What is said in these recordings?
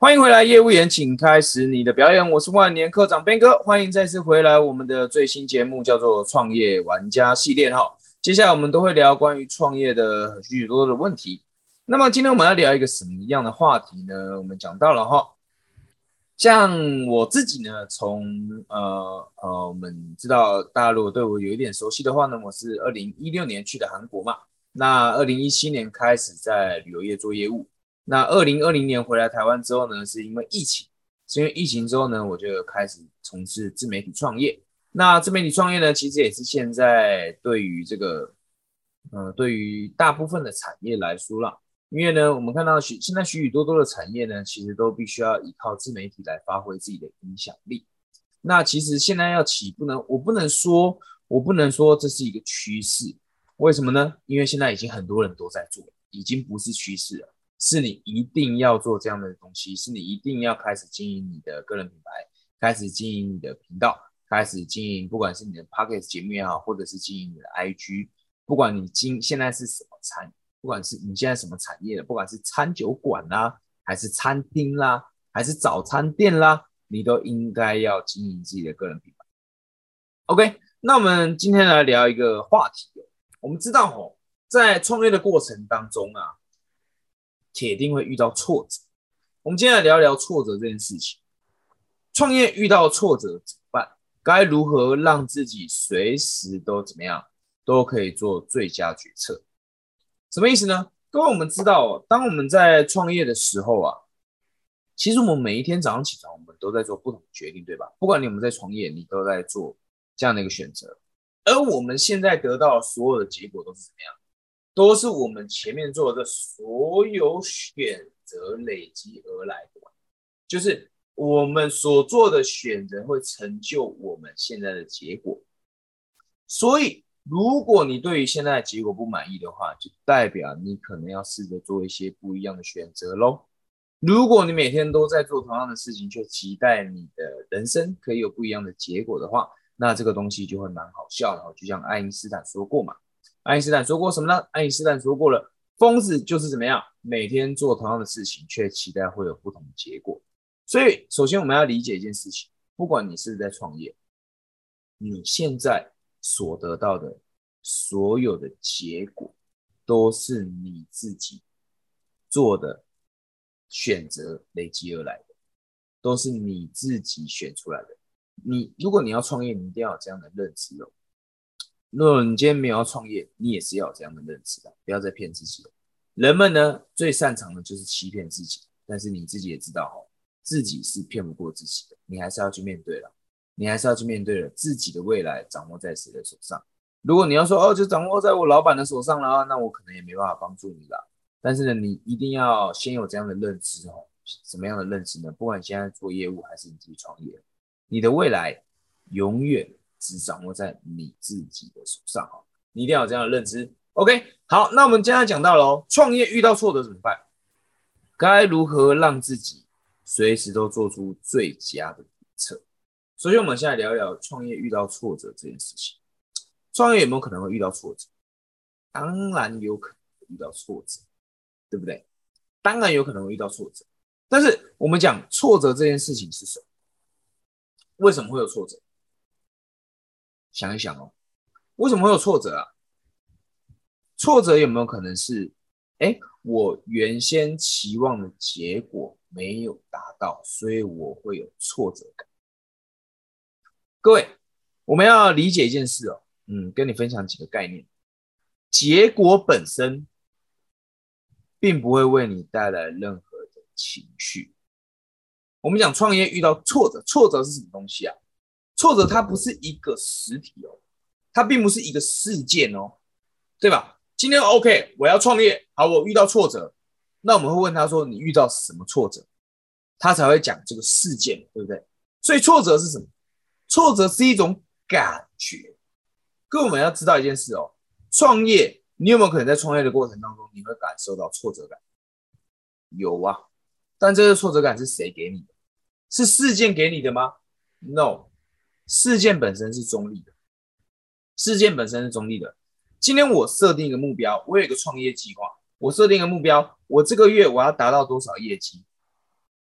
欢迎回来，业务员，请开始你的表演。我是万年科长边哥，欢迎再次回来。我们的最新节目叫做创业玩家系列哈。接下来我们都会聊关于创业的许许多多的问题。那么今天我们要聊一个什么样的话题呢？我们讲到了哈，像我自己呢，从我们知道大家如果对我有一点熟悉的话呢，我是2016年去的韩国嘛，那2017年开始在旅游业做业务。那2020年回来台湾之后呢，是因为疫情，之后呢，我就开始从事自媒体创业。那自媒体创业呢，其实也是现在对于对于大部分的产业来说啦，因为呢，我们看到现在许许多多的产业呢，其实都必须要依靠自媒体来发挥自己的影响力。那其实现在要起，我不能说这是一个趋势，为什么呢？因为现在已经很多人都在做了，已经不是趋势了。是你一定要做这样的东西，是你一定要开始经营你的个人品牌，开始经营你的频道，开始经营不管是你的 Podcast 节目也好，或者是经营你的 IG，不管你现在是什么不管是你现在什么产业的，不管是餐酒馆啦，还是餐厅啦，还是早餐店啦，你都应该要经营自己的个人品牌。OK，那我们今天来聊一个话题。我们知道在创业的过程当中啊，铁定会遇到挫折。我们今天来聊聊挫折这件事情。创业遇到挫折怎么办？该如何让自己随时都怎么样，都可以做最佳决策？什么意思呢？各位，我们知道，当我们在创业的时候啊，其实我们每一天早上起床，我们都在做不同的决定，对吧？不管你有没有在创业，你都在做这样的一个选择。而我们现在得到的所有的结果都是怎么样？都是我们前面做的所有选择累积而来的，就是我们所做的选择会成就我们现在的结果。所以，如果你对于现在的结果不满意的话，就代表你可能要试着做一些不一样的选择咯。如果你每天都在做同样的事情，却期待你的人生可以有不一样的结果的话，那这个东西就会蛮好笑的。就像爱因斯坦说过嘛，爱因斯坦说过什么呢？爱因斯坦说过了，疯子就是怎么样，每天做同样的事情，却期待会有不同的结果。所以，首先我们要理解一件事情，不管你是在创业，你现在所得到的所有的结果，都是你自己做的选择累积而来的，都是你自己选出来的。如果你要创业，你一定要有这样的认知哦。如果你今天没有要创业，你也是要有这样的认知的，不要再骗自己了。人们呢最擅长的就是欺骗自己，但是你自己也知道自己是骗不过自己的，你还是要去面对了，你还是要去面对了，自己的未来掌握在谁的手上。如果你要说就掌握在我老板的手上了，那我可能也没办法帮助你了。但是呢，你一定要先有这样的认知什么样的认知呢？不管你现在做业务还是你自己创业，你的未来永远只掌握在你自己的手上你一定要有这样的认知。OK， 好，那我们接下来讲到了创业遇到挫折怎么办？该如何让自己随时都做出最佳的决策？首先，我们现在聊一聊创业遇到挫折这件事情。创业有没有可能会遇到挫折？当然有可能会遇到挫折，对不对？当然有可能会遇到挫折。但是我们讲挫折这件事情是什么？为什么会有挫折？想一想为什么会有挫折啊？挫折有没有可能是，我原先期望的结果没有达到，所以我会有挫折感？各位，我们要理解一件事跟你分享几个概念。结果本身并不会为你带来任何的情绪。我们讲创业遇到挫折，挫折是什么东西啊？挫折它不是一个实体它并不是一个事件对吧？今天 OK， 我要创业，好，我遇到挫折，那我们会问他说你遇到什么挫折，他才会讲这个事件，对不对？所以挫折是什么？挫折是一种感觉。各位我们要知道一件事创业你有没有可能在创业的过程当中，你会感受到挫折感？有啊，但这个挫折感是谁给你的？是事件给你的吗？ No， 事件本身是中立的，事件本身是中立的。今天我设定一个目标，我有一个创业计划，我设定一个目标，我这个月我要达到多少业绩？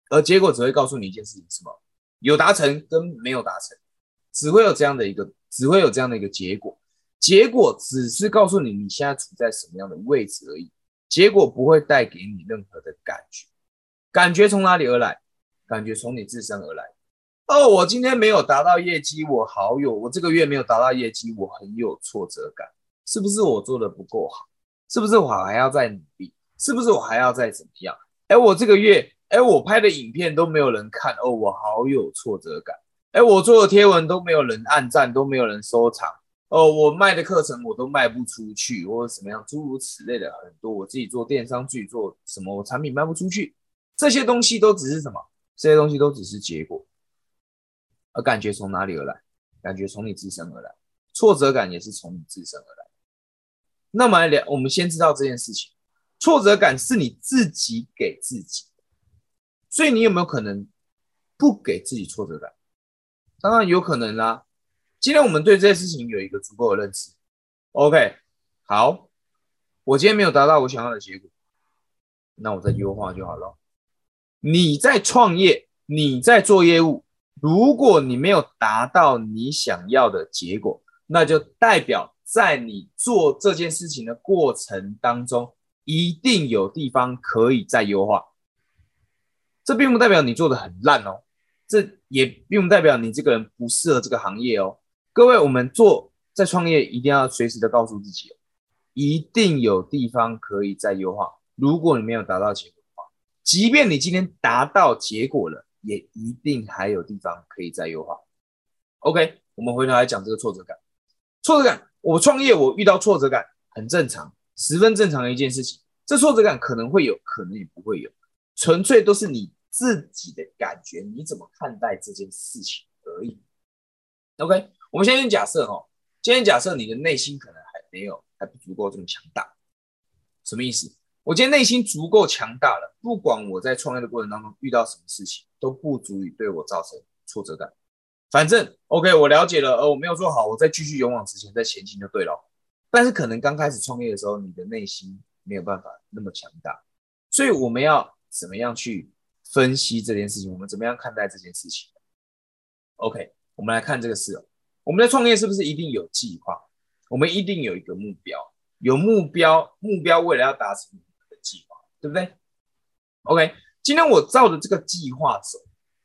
而结果只会告诉你一件事情，什么？有达成跟没有达成，只会有这样的一个结果。结果只是告诉你你现在处在什么样的位置而已，结果不会带给你任何的感觉。感觉从哪里而来？感觉从你自身而来。哦，我今天没有达到业绩，我这个月没有达到业绩，我很有挫折感，是不是我做的不够好？是不是我还要再努力？是不是我还要再怎么样？我这个月，我拍的影片都没有人看，哦，我好有挫折感。我做的贴文都没有人按赞，都没有人收藏。哦，我卖的课程我都卖不出去，或者怎么样，诸如此类的很多。我自己做电商，自己做什么，我产品卖不出去，这些东西都只是什么？这些东西都只是结果。而感觉从哪里而来？感觉从你自身而来，挫折感也是从你自身而来。那么我们先知道这件事情，挫折感是你自己给自己，所以你有没有可能不给自己挫折感？当然有可能啦。今天我们对这件事情有一个足够的认知。OK， 好，我今天没有达到我想要的结果，那我再优化就好了。你在创业，你在做业务，如果你没有达到你想要的结果，那就代表在你做这件事情的过程当中，一定有地方可以再优化。这并不代表你做的很烂哦，这也并不代表你这个人不适合这个行业哦。各位，我们在创业一定要随时的告诉自己，一定有地方可以再优化。如果你没有达到结果的话，即便你今天达到结果了，也一定还有地方可以再优化。OK， 我们回头来讲这个挫折感。挫折感，我创业我遇到挫折感很正常，十分正常的一件事情。这挫折感可能会有，可能也不会有，纯粹都是你自己的感觉，你怎么看待这件事情而已。OK， 我们先假设今天假设你的内心可能还不足够这么强大，什么意思？我今天内心足够强大了，不管我在创业的过程当中遇到什么事情，都不足以对我造成挫折感。反正 OK， 我了解了，我没有做好，我再继续勇往直前，再前进就对了。但是可能刚开始创业的时候，你的内心没有办法那么强大，所以我们要怎么样去分析这件事情？我们怎么样看待这件事情 ？OK， 我们来看这个事哦。我们的创业是不是一定有计划？我们一定有一个目标，有目标，目标为了要达成我们的计划，对不对 ？OK， 今天我照着这个计划走，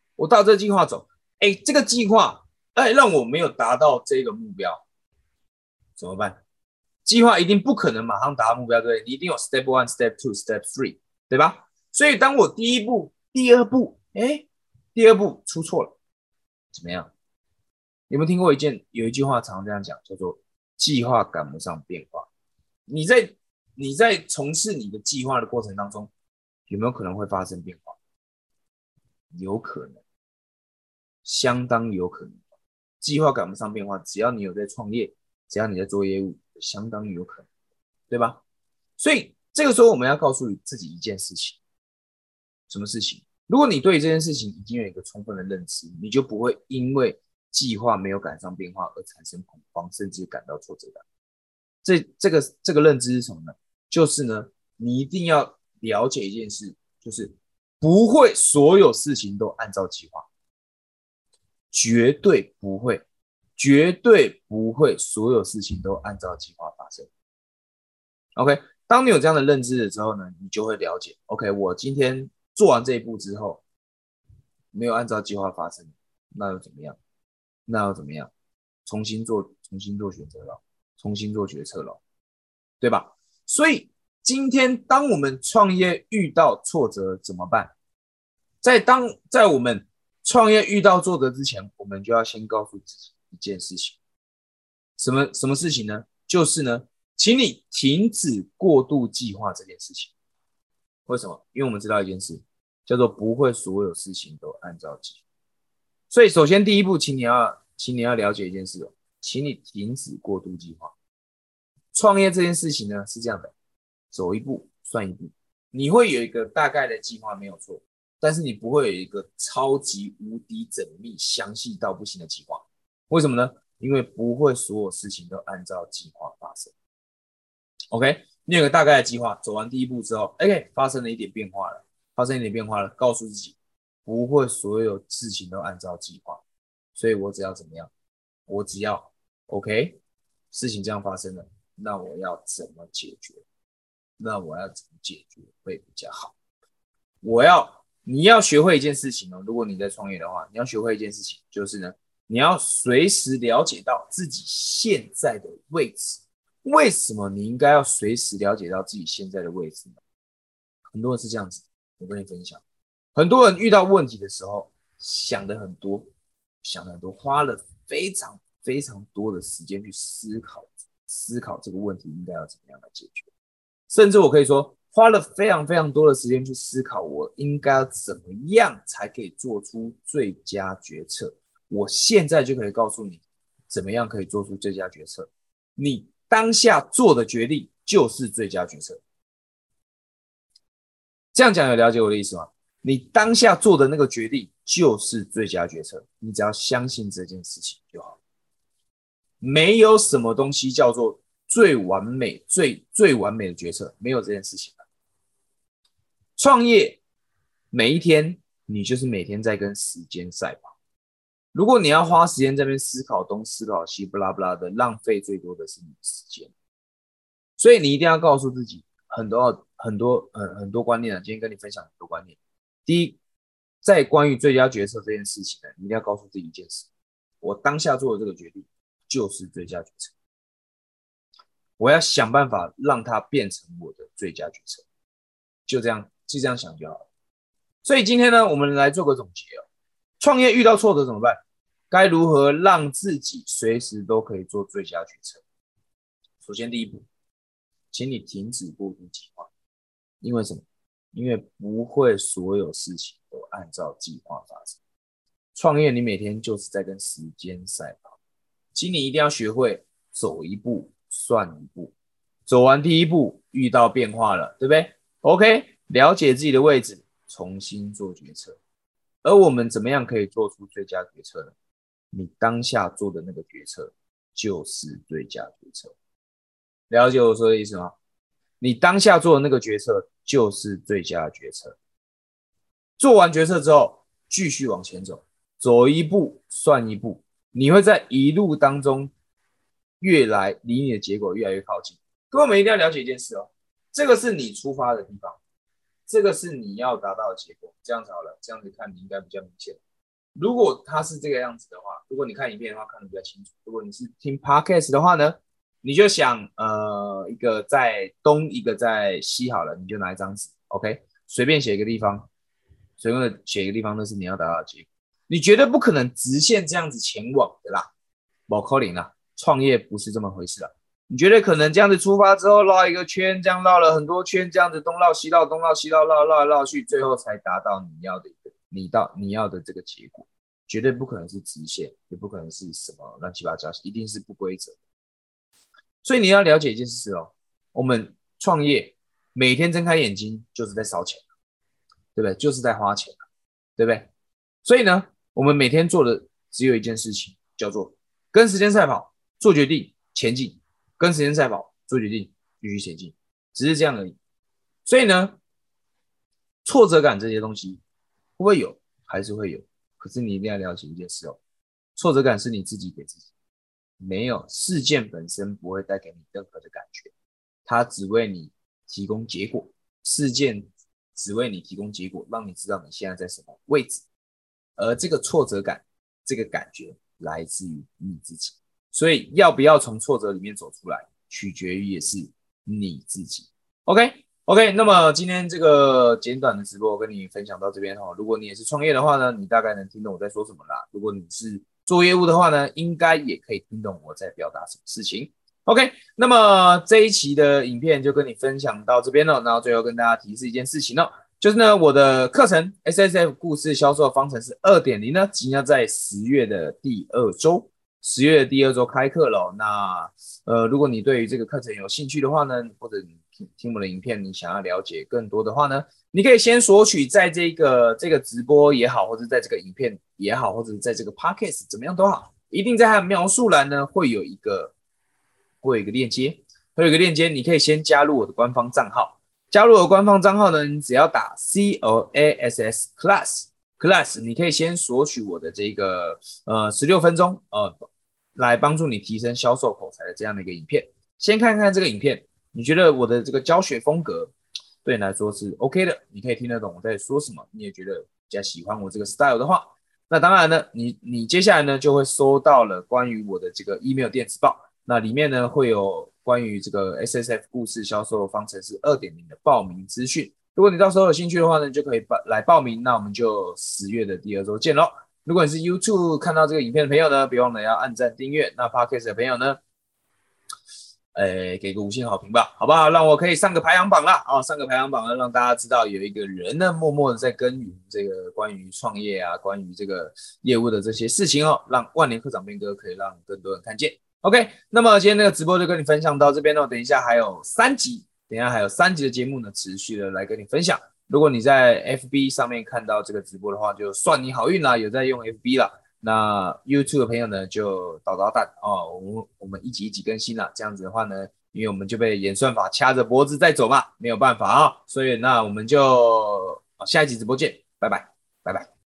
这个计划让我没有达到这个目标，怎么办？计划一定不可能马上达到目标，对不对？你一定有 step 1、step 2、step 3，对吧？所以当我第一步、第二步，第二步出错了，怎么样？有没有听过有一句话常常这样讲，叫做计划赶不上变化。你在从事你的计划的过程当中，有没有可能会发生变化？有可能，相当有可能。计划赶不上变化，只要你有在创业，只要你在做业务，相当有可能，对吧？所以这个时候我们要告诉自己一件事情，什么事情？如果你对这件事情已经有一个充分的认知，你就不会因为计划没有赶上变化而产生恐慌，甚至感到挫折感。这个认知是什么呢？就是呢，你一定要了解一件事，就是不会所有事情都按照计划。绝对不会，绝对不会，所有事情都按照计划发生。OK， 当你有这样的认知的时候呢，你就会了解 ，OK， 我今天做完这一步之后，没有按照计划发生，那又怎么样？那又怎么样？重新做选择了，重新做决策了，对吧？所以今天当我们创业遇到挫折怎么办？在我们创业遇到挫折之前，我们就要先告诉自己一件事情，什么事情呢？就是呢，请你停止过度计划这件事情。为什么？因为我们知道一件事，叫做不会所有事情都按照计划。所以首先第一步，请你要了解一件事哦，请你停止过度计划。创业这件事情呢是这样的，走一步算一步，你会有一个大概的计划没有错，但是你不会有一个超级无敌缜密、详细到不行的计划。为什么呢？因为不会所有事情都按照计划发生。OK， 你有个大概的计划，走完第一步之后，OK， 发生了一点变化了，告诉自己不会所有事情都按照计划，所以我只要怎么样？我只要 OK， 事情这样发生了，那我要怎么解决？那我要怎么解决会比较好？你要学会一件事情哦，如果你在创业的话，你要学会一件事情，就是呢，你要随时了解到自己现在的位置。为什么你应该要随时了解到自己现在的位置呢？很多人是这样子，我跟你分享，很多人遇到问题的时候，想的很多，花了非常非常多的时间去思考这个问题应该要怎么样来解决，甚至我可以说，花了非常非常多的时间去思考，我应该要怎么样才可以做出最佳决策。我现在就可以告诉你，怎么样可以做出最佳决策。你当下做的决定就是最佳决策。这样讲有了解我的意思吗？你当下做的那个决定就是最佳决策，你只要相信这件事情就好。没有什么东西叫做最完美、最完美的决策，没有这件事情。创业每一天，你就是每天在跟时间赛跑。如果你要花时间在那边思考东思考西，不拉不拉的，浪费最多的是你的时间。所以你一定要告诉自己很多观念啊，今天跟你分享很多观念。第一，在关于最佳决策这件事情呢，你一定要告诉自己一件事：我当下做的这个决定就是最佳决策，我要想办法让它变成我的最佳决策。就这样想就好了。所以今天呢，我们来做个总结哦。创业遇到挫折怎么办？该如何让自己随时都可以做最佳决策？首先第一步，请你停止过度计划。因为什么？因为不会所有事情都按照计划发生。创业你每天就是在跟时间赛跑，请你一定要学会走一步算一步。走完第一步，遇到变化了，对不对？ OK， 了解自己的位置，重新做决策。而我们怎么样可以做出最佳决策呢？你当下做的那个决策就是最佳决策。了解我说的意思吗？你当下做的那个决策就是最佳决策。做完决策之后，继续往前走，走一步算一步，你会在一路当中离你的结果越来越靠近。各位们一定要了解一件事哦，这个是你出发的地方，这个是你要达到的结果。这样子好了，这样子看你应该比较明显。如果它是这个样子的话，如果你看影片的话看得比较清楚，如果你是听 podcast 的话呢，你就想一个在东一个在西好了，你就拿一张纸 OK， 随便写一个地方，随便的写一个地方，那是你要达到的结果。你绝对不可能直线这样子前往的啦，不可能啦，创业不是这么回事啦。你觉得可能这样子出发之后绕一个圈，这样绕了很多圈，这样子东绕西绕，东绕西绕，绕来绕去，最后才达到你要的你要的这个结果，绝对不可能是直线，也不可能是什么乱七八糟，一定是不规则。所以你要了解一件事哦，我们创业每天睁开眼睛就是在烧钱，对不对？就是在花钱，对不对？所以呢，我们每天做的只有一件事情，叫做跟时间赛跑，做决定，前进。跟时间赛跑，做决定，继续前进，只是这样而已。所以呢，挫折感这些东西会不会有？还是会有。可是你一定要了解一件事哦，挫折感是你自己给自己，没有事件本身不会带给你任何的感觉，它只为你提供结果，事件只为你提供结果，让你知道你现在在什么位置。而这个挫折感，这个感觉来自于你自己。所以要不要从挫折里面走出来，取决于也是你自己。OK， 那么今天这个简短的直播跟你分享到这边哈。如果你也是创业的话呢，你大概能听懂我在说什么啦。如果你是做业务的话呢，应该也可以听懂我在表达什么事情。OK， 那么这一期的影片就跟你分享到这边了。然后最后跟大家提示一件事情哦，就是呢，我的课程 SSF 故事销售方程式 2.0 呢，即将在10月的第二周。10月的第二周开课了，那如果你对于这个课程有兴趣的话呢，或者你听我的影片，你想要了解更多的话呢，你可以先索取在这个直播也好，或者在这个影片也好，或者在这个 podcast 怎么样都好，一定在它的描述栏呢会有一个链接，你可以先加入我的官方账号。加入我的官方账号呢，你只要打 CLASS Class Class，你可以先索取我的这个16分钟来帮助你提升销售口才的这样的一个影片。先看看这个影片，你觉得我的这个教学风格对你来说是 OK 的，你可以听得懂我在说什么，你也觉得比较喜欢我这个 style 的话，那当然呢，你接下来呢就会收到了关于我的这个 email 电子报，那里面呢会有关于这个 SSF 故事销售方程式2.0的报名资讯。如果你到时候有兴趣的话呢，就可以来报名。那我们就10月的第2周见喽。如果你是 YouTube 看到这个影片的朋友呢，别忘了要按赞订阅。那 Podcast 的朋友呢，给个5星好评吧，好不好？让我可以上个排行榜啦，上个排行榜呢，让大家知道有一个人呢，默默的在耕耘这个关于创业啊，关于这个业务的这些事情哦，让万年科长编哥可以让更多人看见。OK， 那么今天那个直播就跟你分享到这边哦，等一下还有3集。等一下还有3集的节目呢，持续的来跟你分享。如果你在 FB 上面看到这个直播的话，就算你好运啦，有在用 FB 啦。那 YouTube 的朋友呢，就捣捣蛋哦，我们一集一集更新啦。这样子的话呢，因为我们就被演算法掐着脖子在走嘛，没有办法啊。所以那我们就下一集直播见，拜拜，拜拜。